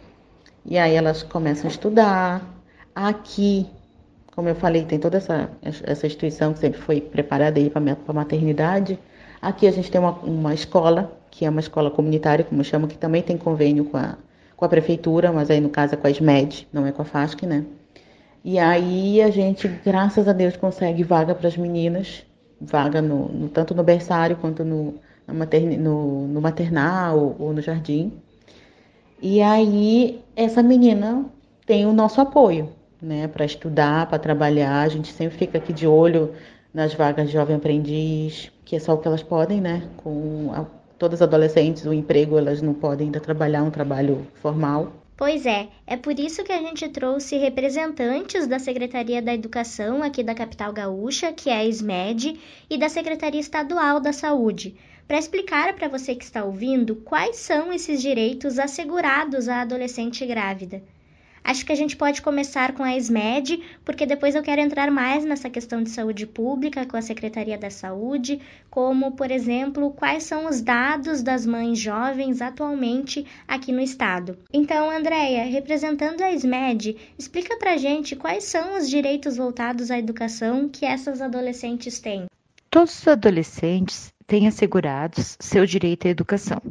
[SPEAKER 8] E aí elas começam a estudar. Aqui, como eu falei, tem toda essa, essa instituição que sempre foi preparada aí para a maternidade. Aqui a gente tem uma, uma escola, que é uma escola comunitária, como eu chamo, que também tem convênio com a, com a prefeitura, mas aí no caso é com a SMED, não é com a FASC, né? E aí a gente, graças a Deus, consegue vaga para as meninas, vaga no, no, tanto no berçário quanto no, materni, no, no maternal ou, ou no jardim. E aí essa menina tem o nosso apoio, né, para estudar, para trabalhar. A gente sempre fica aqui de olho nas vagas de jovem aprendiz, que é só o que elas podem, né, com a, todas as adolescentes, o emprego, elas não podem ainda trabalhar um trabalho formal.
[SPEAKER 3] Pois é, é por isso que a gente trouxe representantes da Secretaria da Educação aqui da capital gaúcha, que é a SMED, e da Secretaria Estadual da Saúde, para explicar para você que está ouvindo quais são esses direitos assegurados à adolescente grávida. Acho que a gente pode começar com a SMED, porque depois eu quero entrar mais nessa questão de saúde pública com a Secretaria da Saúde, como, por exemplo, quais são os dados das mães jovens atualmente aqui no estado. Então, Andréia, representando a SMED, explica pra gente quais são os direitos voltados à educação que essas adolescentes têm.
[SPEAKER 6] Todos os adolescentes têm assegurados seu direito à educação.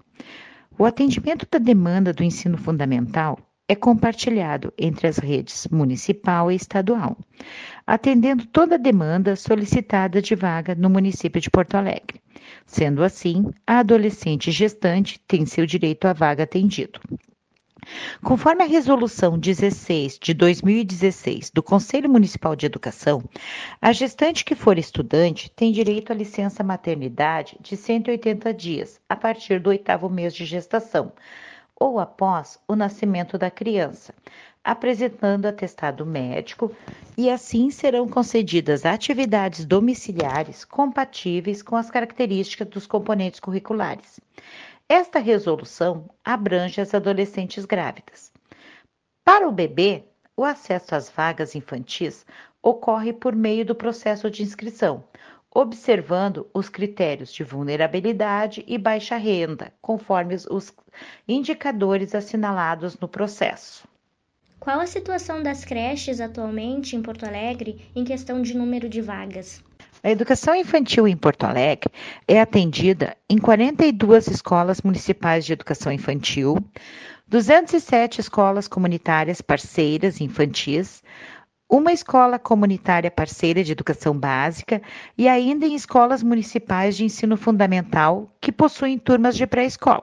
[SPEAKER 6] O atendimento da demanda do ensino fundamental é compartilhado entre as redes municipal e estadual, atendendo toda a demanda solicitada de vaga no município de Porto Alegre. Sendo assim, a adolescente gestante tem seu direito à vaga atendido. Conforme a Resolução dezesseis de dois mil e dezesseis do Conselho Municipal de Educação, a gestante que for estudante tem direito à licença maternidade de cento e oitenta dias a partir do oitavo mês de gestação, ou após o nascimento da criança, apresentando atestado médico, e assim serão concedidas atividades domiciliares compatíveis com as características dos componentes curriculares. Esta resolução abrange as adolescentes grávidas. Para o bebê, o acesso às vagas infantis ocorre por meio do processo de inscrição, observando os critérios de vulnerabilidade e baixa renda, conforme os indicadores assinalados no processo.
[SPEAKER 3] Qual a situação das creches atualmente em Porto Alegre em questão de número de vagas?
[SPEAKER 6] A educação infantil em Porto Alegre é atendida em quarenta e duas escolas municipais de educação infantil, duzentas e sete escolas comunitárias parceiras infantis, uma escola comunitária parceira de educação básica e ainda em escolas municipais de ensino fundamental que possuem turmas de pré-escola.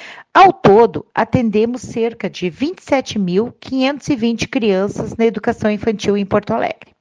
[SPEAKER 6] Ao todo, atendemos cerca de vinte e sete mil quinhentas e vinte crianças na educação infantil em Porto Alegre.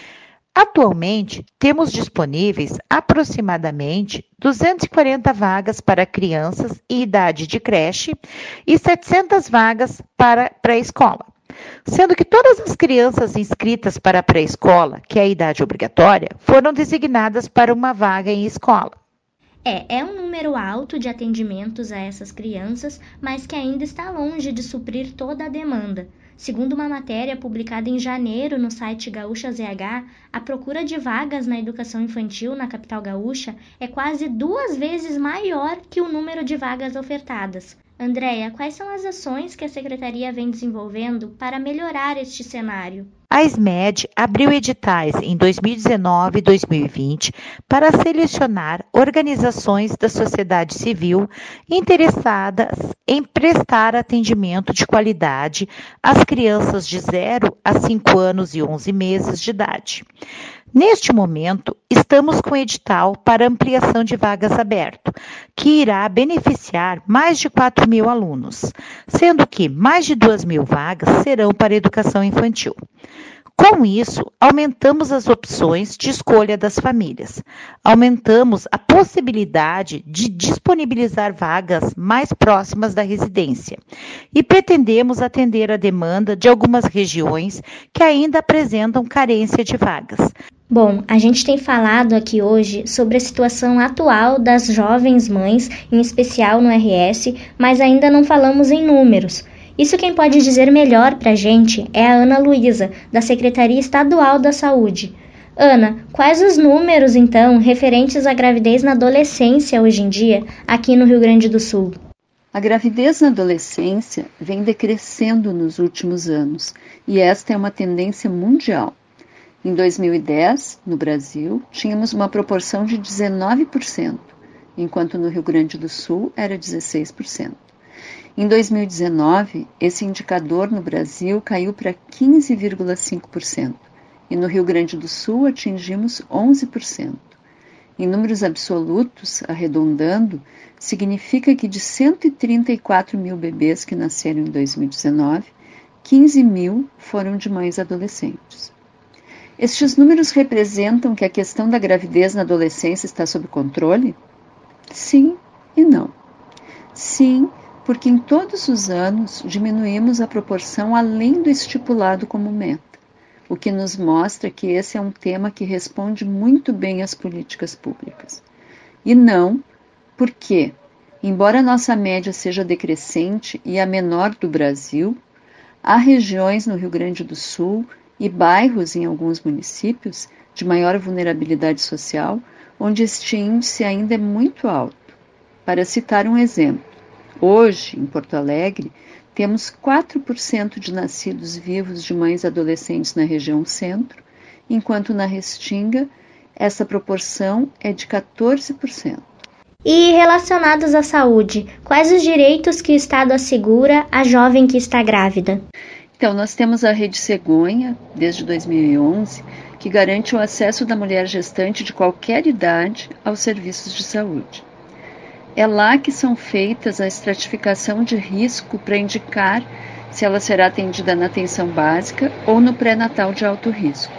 [SPEAKER 6] Atualmente, temos disponíveis aproximadamente duzentas e quarenta vagas para crianças em idade de creche e setecentas vagas para pré-escola, sendo que todas as crianças inscritas para a pré-escola, que é a idade obrigatória, foram designadas para uma vaga em escola.
[SPEAKER 3] É, é um número alto de atendimentos a essas crianças, mas que ainda está longe de suprir toda a demanda. Segundo uma matéria publicada em janeiro no site Gaúcha Z H, a procura de vagas na educação infantil na capital gaúcha é quase duas vezes maior que o número de vagas ofertadas. Andréia, quais são as ações que a Secretaria vem desenvolvendo para melhorar este cenário?
[SPEAKER 6] A SMED abriu editais em dois mil e dezenove e dois mil e vinte para selecionar organizações da sociedade civil interessadas em prestar atendimento de qualidade às crianças de zero a cinco anos e onze meses de idade. Neste momento, estamos com edital para ampliação de vagas aberto, que irá beneficiar mais de quatro mil alunos, sendo que mais de duas mil vagas serão para educação infantil. Com isso, aumentamos as opções de escolha das famílias, aumentamos a possibilidade de disponibilizar vagas mais próximas da residência e pretendemos atender a demanda de algumas regiões que ainda apresentam carência de vagas.
[SPEAKER 3] Bom, a gente tem falado aqui hoje sobre a situação atual das jovens mães, em especial no R S, mas ainda não falamos em números. Isso quem pode dizer melhor para a gente é a Ana Luísa, da Secretaria Estadual da Saúde. Ana, quais os números, então, referentes à gravidez na adolescência hoje em dia, aqui no Rio Grande do Sul?
[SPEAKER 7] A gravidez na adolescência vem decrescendo nos últimos anos, e esta é uma tendência mundial. Em dois mil e dez, no Brasil, tínhamos uma proporção de dezenove por cento, enquanto no Rio Grande do Sul era dezesseis por cento. Em dois mil e dezenove, esse indicador no Brasil caiu para quinze vírgula cinco por cento e no Rio Grande do Sul atingimos onze por cento. Em números absolutos, arredondando, significa que de cento e trinta e quatro mil bebês que nasceram em dois mil e dezenove, quinze mil foram de mães adolescentes. Estes números representam que a questão da gravidez na adolescência está sob controle? Sim e não. Sim, porque em todos os anos diminuímos a proporção além do estipulado como meta, o que nos mostra que esse é um tema que responde muito bem às políticas públicas. E não porque, embora a nossa média seja decrescente e a menor do Brasil, há regiões no Rio Grande do Sul e bairros em alguns municípios de maior vulnerabilidade social, onde este índice ainda é muito alto. Para citar um exemplo, hoje, em Porto Alegre, temos quatro por cento de nascidos vivos de mães adolescentes na região centro, enquanto na Restinga essa proporção é de quatorze por cento.
[SPEAKER 3] E relacionados à saúde, quais os direitos que o Estado assegura à jovem que está grávida?
[SPEAKER 7] Então, nós temos a Rede Cegonha, desde dois mil e onze, que garante o acesso da mulher gestante de qualquer idade aos serviços de saúde. É lá que são feitas a estratificação de risco para indicar se ela será atendida na atenção básica ou no pré-natal de alto risco.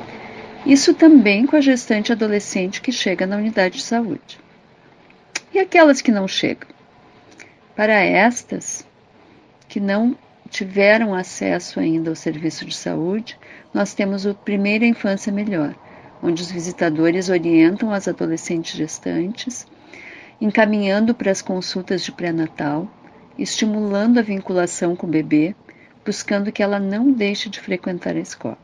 [SPEAKER 7] Isso também com a gestante adolescente que chega na unidade de saúde. E aquelas que não chegam? Para estas que não tiveram acesso ainda ao serviço de saúde, nós temos o Primeira Infância Melhor, onde os visitadores orientam as adolescentes gestantes, encaminhando para as consultas de pré-natal, estimulando a vinculação com o bebê, buscando que ela não deixe de frequentar a escola.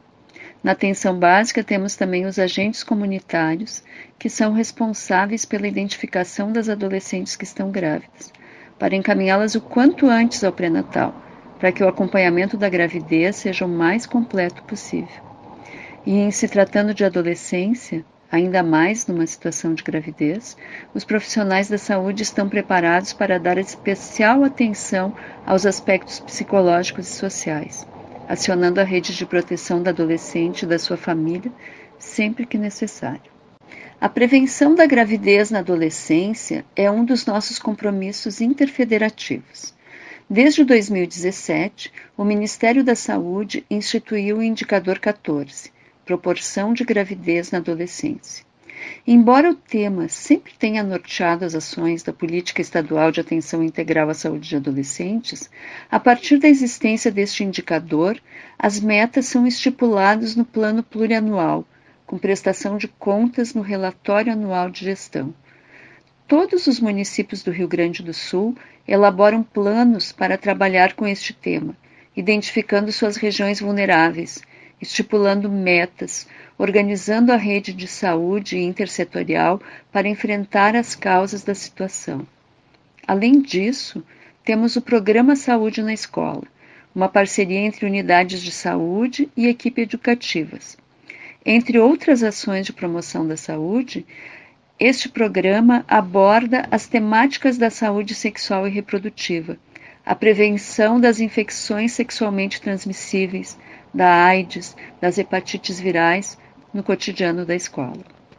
[SPEAKER 7] Na atenção básica, temos também os agentes comunitários, que são responsáveis pela identificação das adolescentes que estão grávidas, para encaminhá-las o quanto antes ao pré-natal, para que o acompanhamento da gravidez seja o mais completo possível. E em se tratando de adolescência, ainda mais numa situação de gravidez, os profissionais da saúde estão preparados para dar especial atenção aos aspectos psicológicos e sociais, acionando a rede de proteção da adolescente e da sua família sempre que necessário. A prevenção da gravidez na adolescência é um dos nossos compromissos interfederativos. Desde dois mil e dezessete, o Ministério da Saúde instituiu o Indicador quatorze, Proporção de Gravidez na Adolescência. Embora o tema sempre tenha norteado as ações da Política Estadual de Atenção Integral à Saúde de Adolescentes, a partir da existência deste indicador, as metas são estipuladas no Plano Plurianual, com prestação de contas no Relatório Anual de Gestão. Todos os municípios do Rio Grande do Sul elaboram planos para trabalhar com este tema, identificando suas regiões vulneráveis, estipulando metas, organizando a rede de saúde intersetorial para enfrentar as causas da situação. Além disso, temos o Programa Saúde na Escola, uma parceria entre unidades de saúde e equipe educativas. Entre outras ações de promoção da saúde, este programa aborda as temáticas da saúde sexual e reprodutiva, a prevenção das infecções sexualmente transmissíveis, da AIDS, das hepatites virais, no cotidiano da escola.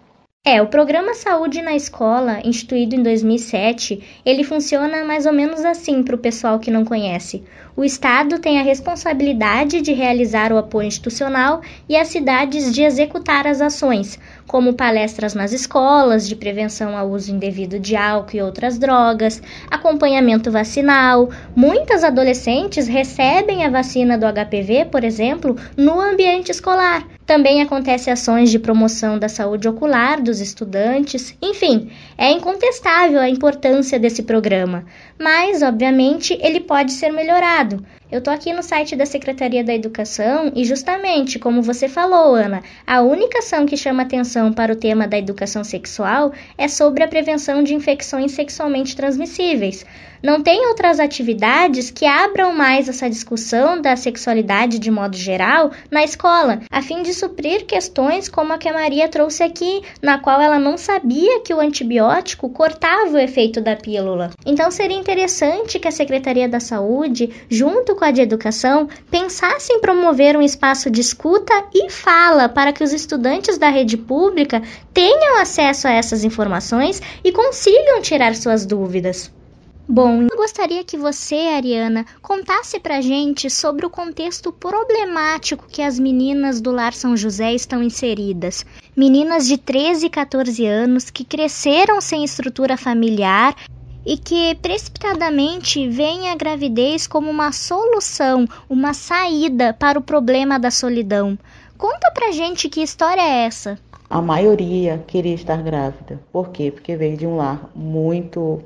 [SPEAKER 3] É, o Programa Saúde na Escola, instituído em dois mil e sete, ele funciona mais ou menos assim para o pessoal que não conhece. O Estado tem a responsabilidade de realizar o apoio institucional e as cidades de executar as ações, como palestras nas escolas de prevenção ao uso indevido de álcool e outras drogas, acompanhamento vacinal. Muitas adolescentes recebem a vacina do H P V, por exemplo, no ambiente escolar. Também acontecem ações de promoção da saúde ocular dos estudantes. Enfim, é incontestável a importância desse programa, mas, obviamente, ele pode ser melhorado. Eu estou aqui no site da Secretaria da Educação e justamente, como você falou, Ana, a única ação que chama atenção para o tema da educação sexual é sobre a prevenção de infecções sexualmente transmissíveis. Não tem outras atividades que abram mais essa discussão da sexualidade de modo geral na escola, a fim de suprir questões como a que a Maria trouxe aqui, na qual ela não sabia que o antibiótico cortava o efeito da pílula. Então seria interessante que a Secretaria da Saúde, junto com a de Educação, pensasse em promover um espaço de escuta e fala para que os estudantes da rede pública tenham acesso a essas informações e consigam tirar suas dúvidas. Bom, eu gostaria que você, Ariana, contasse pra gente sobre o contexto problemático que as meninas do Lar São José estão inseridas. Meninas de treze e quatorze anos que cresceram sem estrutura familiar e que precipitadamente veem a gravidez como uma solução, uma saída para o problema da solidão. Conta pra gente que história é essa.
[SPEAKER 8] A maioria queria estar grávida. Por quê? Porque veio de um lar muito...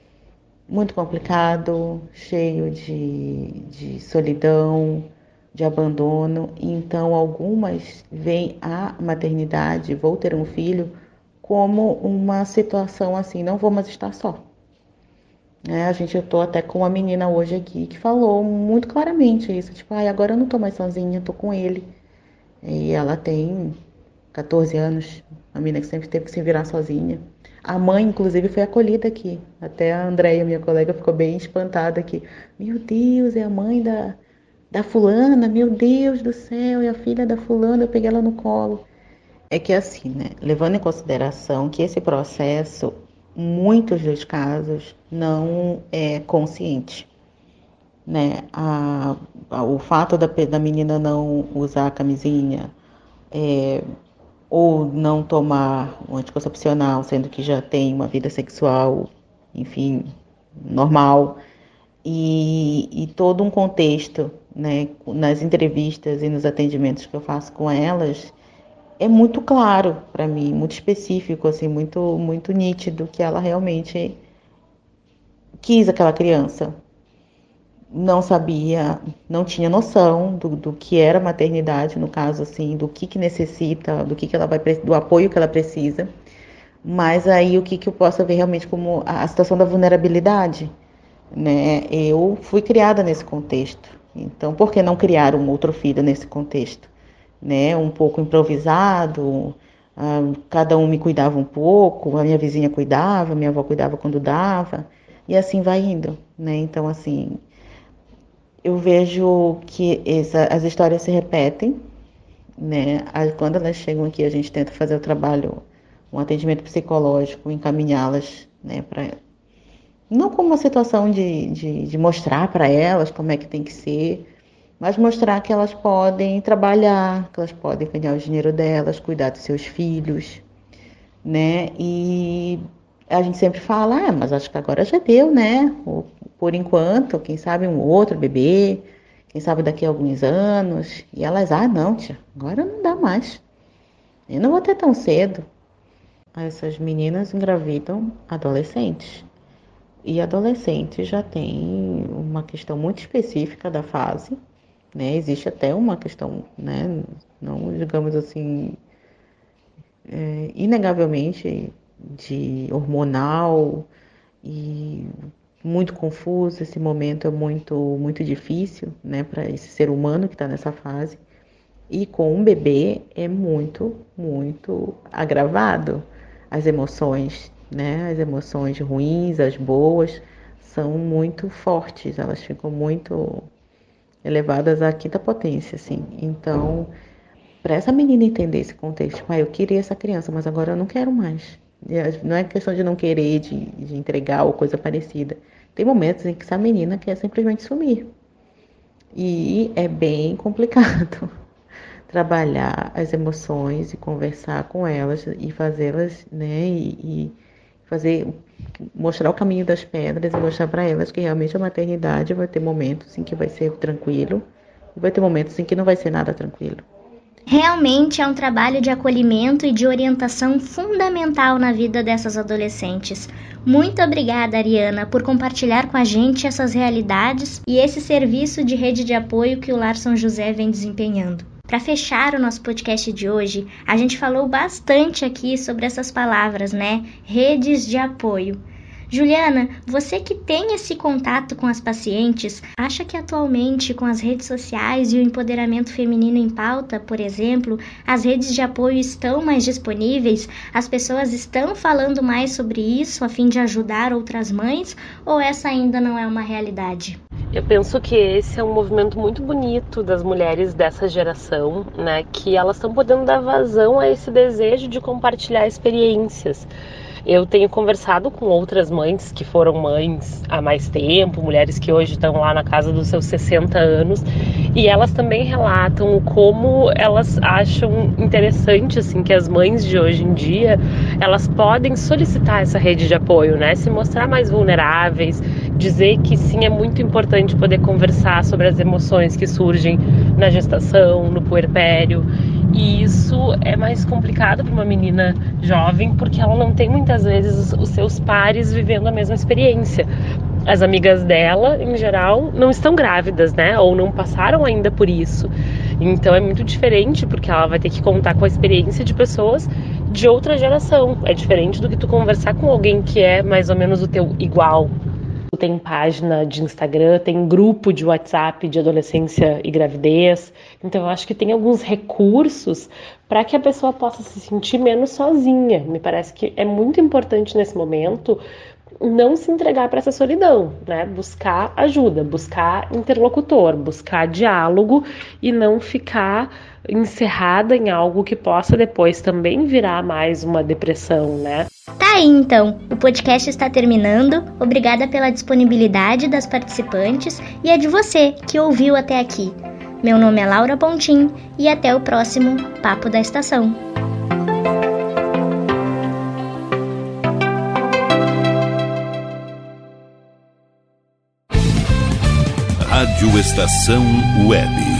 [SPEAKER 8] muito complicado, cheio de, de solidão, de abandono. Então, algumas veem a maternidade, vou ter um filho, como uma situação assim, não vou mais estar só. É, a gente, eu tô até com uma menina hoje aqui que falou muito claramente isso, tipo, ah, agora eu não tô mais sozinha, tô com ele. E ela tem quatorze anos, a menina que sempre teve que se virar sozinha. A mãe, inclusive, foi acolhida aqui. Até a Andréia, minha colega, ficou bem espantada aqui. Meu Deus, é a mãe da, da fulana? Meu Deus do céu, é a filha da fulana, eu peguei ela no colo. É que assim, né, levando em consideração que esse processo, muitos dos casos, não é consciente. Né? A, a, o fato da, da menina não usar a camisinha, é... ou não tomar um anticoncepcional, sendo que já tem uma vida sexual, enfim, normal, e, e todo um contexto, né, nas entrevistas e nos atendimentos que eu faço com elas, é muito claro para mim, muito específico, assim, muito, muito nítido que ela realmente quis aquela criança. Não sabia, não tinha noção do, do que era maternidade, no caso, assim, do que, que necessita, do que, que ela vai, do apoio que ela precisa, mas aí o que, que eu posso ver realmente como a, a situação da vulnerabilidade, né? Eu fui criada nesse contexto, então por que não criar um outro filho nesse contexto, né? Um pouco improvisado, ah, cada um me cuidava um pouco, a minha vizinha cuidava, a minha avó cuidava quando dava, e assim vai indo, né? Então, assim, eu vejo que essa, as histórias se repetem, né? Quando elas chegam aqui, a gente tenta fazer o trabalho, um atendimento psicológico, encaminhá-las, né, para não como uma situação de, de, de mostrar para elas como é que tem que ser, mas mostrar que elas podem trabalhar, que elas podem ganhar o dinheiro delas, cuidar dos seus filhos, né? E a gente sempre fala, ah, mas acho que agora já deu, né? Por enquanto, quem sabe um outro bebê, quem sabe daqui a alguns anos. E elas, ah, não, tia, agora não dá mais. Eu não vou ter tão cedo. essas meninas engravidam adolescentes. E adolescente já tem uma questão muito específica da fase, né? Existe até uma questão, né? Não digamos assim, é, inegavelmente de hormonal e muito confuso. Esse momento é muito, muito difícil, né? Para esse ser humano que está nessa fase. E com um bebê é muito, muito agravado. As emoções, né? As emoções ruins, as boas, são muito fortes, elas ficam muito elevadas à quinta potência, assim. Então, para essa menina entender esse contexto, ah, eu queria essa criança, mas agora eu não quero mais. Não é questão de não querer, de, de entregar ou coisa parecida. Tem momentos em que essa menina quer simplesmente sumir. E é bem complicado trabalhar as emoções e conversar com elas e fazê-las, né, e, e fazer, mostrar o caminho das pedras e mostrar para elas que realmente a maternidade vai ter momentos em que vai ser tranquilo e vai ter momentos em que não vai ser nada tranquilo.
[SPEAKER 3] Realmente é um trabalho de acolhimento e de orientação fundamental na vida dessas adolescentes. Muito obrigada, Ariana, por compartilhar com a gente essas realidades e esse serviço de rede de apoio que o Lar São José vem desempenhando. Para fechar o nosso podcast de hoje, a gente falou bastante aqui sobre essas palavras, né? Redes de apoio. Juliana, você que tem esse contato com as pacientes, acha que atualmente, com as redes sociais e o empoderamento feminino em pauta, por exemplo, as redes de apoio estão mais disponíveis? As pessoas estão falando mais sobre isso a fim de ajudar outras mães? Ou essa ainda não é uma realidade?
[SPEAKER 5] Eu penso que esse é um movimento muito bonito das mulheres dessa geração, né? Que elas estão podendo dar vazão a esse desejo de compartilhar experiências. Eu tenho conversado com outras mães que foram mães há mais tempo, mulheres que hoje estão lá na casa dos seus sessenta anos, e elas também relatam como elas acham interessante, assim, que as mães de hoje em dia, elas podem solicitar essa rede de apoio, né? Se mostrar mais vulneráveis, dizer que sim, é muito importante poder conversar sobre as emoções que surgem na gestação, no puerpério. E isso é mais complicado para uma menina jovem, porque ela não tem muitas vezes os seus pares vivendo a mesma experiência. As amigas dela, em geral, não estão grávidas, né? Ou não passaram ainda por isso. Então é muito diferente, porque ela vai ter que contar com a experiência de pessoas de outra geração. É diferente do que tu conversar com alguém que é mais ou menos o teu igual. Tem página de Instagram, tem grupo de WhatsApp de adolescência e gravidez. Então eu acho que tem alguns recursos para que a pessoa possa se sentir menos sozinha. Me parece que é muito importante nesse momento não se entregar para essa solidão, né? Buscar ajuda, buscar interlocutor, buscar diálogo e não ficar encerrada em algo que possa depois também virar mais uma depressão, né?
[SPEAKER 3] Tá aí então, o podcast está terminando. Obrigada pela disponibilidade das participantes e a de você que ouviu até aqui. Meu nome é Laura Pontin e até o próximo Papo da Estação.
[SPEAKER 2] Rádio Estação Web.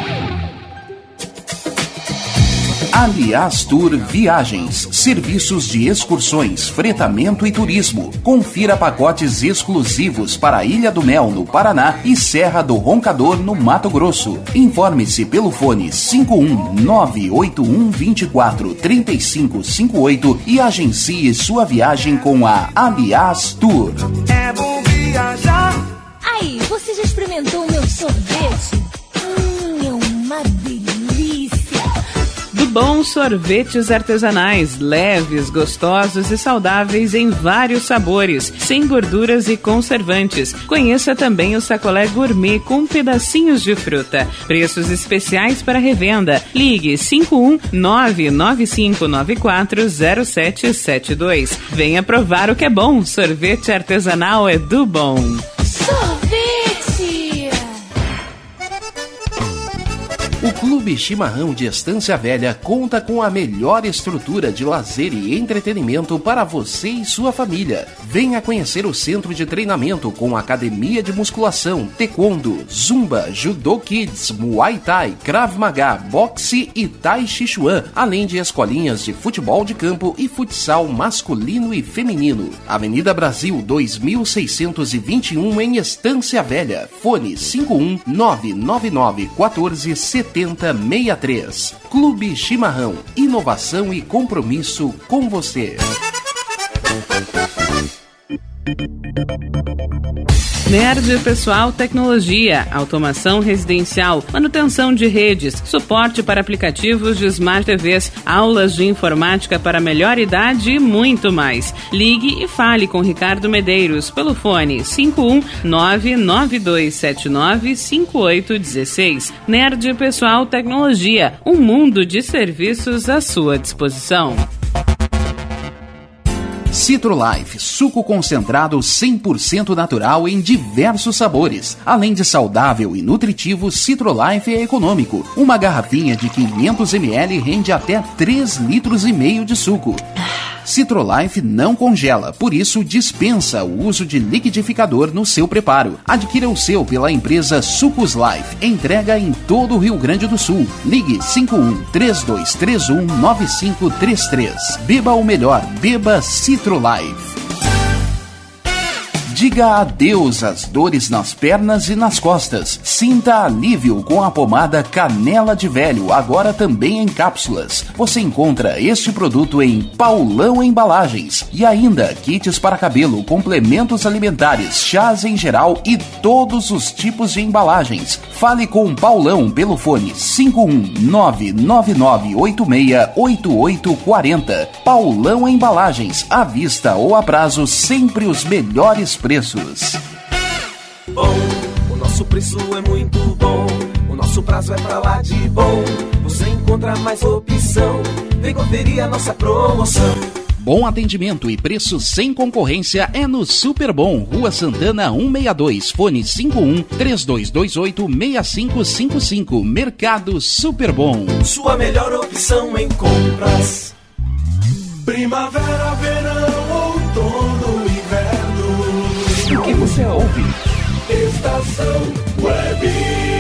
[SPEAKER 2] Aliás Tour Viagens, serviços de excursões, fretamento e turismo. Confira pacotes exclusivos para a Ilha do Mel, no Paraná, e Serra do Roncador, no Mato Grosso. Informe-se pelo fone cinco um nove oito um dois quatro três cinco cinco oito e agencie sua viagem com a Aliás Tour.
[SPEAKER 9] É bom viajar. Aí, você já experimentou o meu sorvete? Hum, é uma delícia.
[SPEAKER 10] Do Bom Sorvetes Artesanais, leves, gostosos e saudáveis em vários sabores, sem gorduras e conservantes. Conheça também o sacolé gourmet com pedacinhos de fruta. Preços especiais para revenda. Ligue cinco um nove nove cinco nove quatro zero sete sete dois. Venha provar o que é bom. Sorvete artesanal é do Bom.
[SPEAKER 9] Sorvete!
[SPEAKER 2] O Clube Clube Chimarrão de Estância Velha conta com a melhor estrutura de lazer e entretenimento para você e sua família. Venha conhecer o centro de treinamento com academia de musculação, taekwondo, zumba, judô kids, muay thai, krav maga, boxe e tai chi chuan, além de escolinhas de futebol de campo e futsal masculino e feminino. Avenida Brasil dois mil seiscentos e vinte e um em Estância Velha. Fone cinco um nove nove nove um quatro sete zero seis três. Clube Chimarrão. Inovação e compromisso com você.
[SPEAKER 10] Nerd Pessoal Tecnologia, automação residencial, manutenção de redes, suporte para aplicativos de Smart T Vs, aulas de informática para melhor idade e muito mais. Ligue e fale com Ricardo Medeiros pelo fone cinco um nove nove dois sete nove cinco oito um seis. Nerd Pessoal Tecnologia, um mundo de serviços à sua disposição.
[SPEAKER 2] Citrolife, suco concentrado cem por cento natural em diversos sabores. Além de saudável e nutritivo, Citrolife é econômico. Uma garrafinha de quinhentos mililitros rende até três litros e meio de suco. Citrolife não congela, por isso dispensa o uso de liquidificador no seu preparo. Adquira o seu pela empresa Sucos Life. Entrega em todo o Rio Grande do Sul. Ligue cinco um três dois três um nove cinco três três. Beba o melhor, beba Citrolife. Diga adeus às dores nas pernas e nas costas. Sinta alívio com a pomada Canela de Velho, agora também em cápsulas. Você encontra este produto em Paulão Embalagens. E ainda kits para cabelo, complementos alimentares, chás em geral e todos os tipos de embalagens. Fale com Paulão pelo fone cinco um nove nove nove oito seis oito oito quatro zero. Paulão Embalagens, à vista ou a prazo, sempre os melhores preços.
[SPEAKER 11] Bom, o nosso preço é muito bom, o nosso prazo é pra lá de bom. Você encontra mais opção, vem conferir a nossa promoção.
[SPEAKER 2] Bom atendimento e preço sem concorrência é no Super Bom, Rua Santana cento e sessenta e dois, fone cinco um três dois dois oito seis cinco cinco cinco. Mercado Super Bom.
[SPEAKER 11] Sua melhor opção em compras. Primavera, verão, outono, inverno.
[SPEAKER 2] O que você ouve?
[SPEAKER 11] Estação Web.